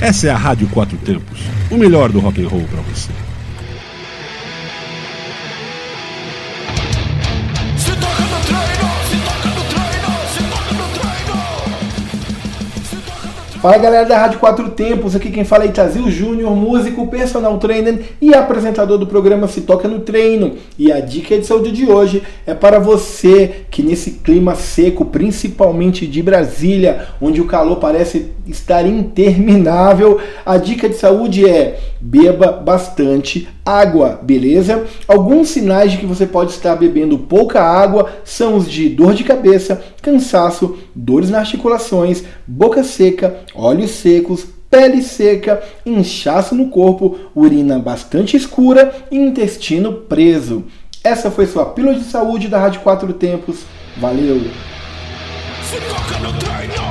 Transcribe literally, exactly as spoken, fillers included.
Essa é a Rádio Quatro Tempos, o melhor do rock and roll para você. Fala galera da Rádio Quatro Tempos, aqui quem fala é Itazil Júnior, músico, personal trainer e apresentador do programa Se Toca no Treino. E a dica de saúde de hoje é para você que nesse clima seco, principalmente de Brasília, onde o calor parece estar interminável, a dica de saúde é: beba bastante água, beleza? Alguns sinais de que você pode estar bebendo pouca água são os de dor de cabeça, cansaço, dores nas articulações, boca seca, olhos secos, pele seca, inchaço no corpo, urina bastante escura e intestino preso. Essa foi sua pílula de saúde da Rádio Quatro Tempos. Valeu! Se toca no treino!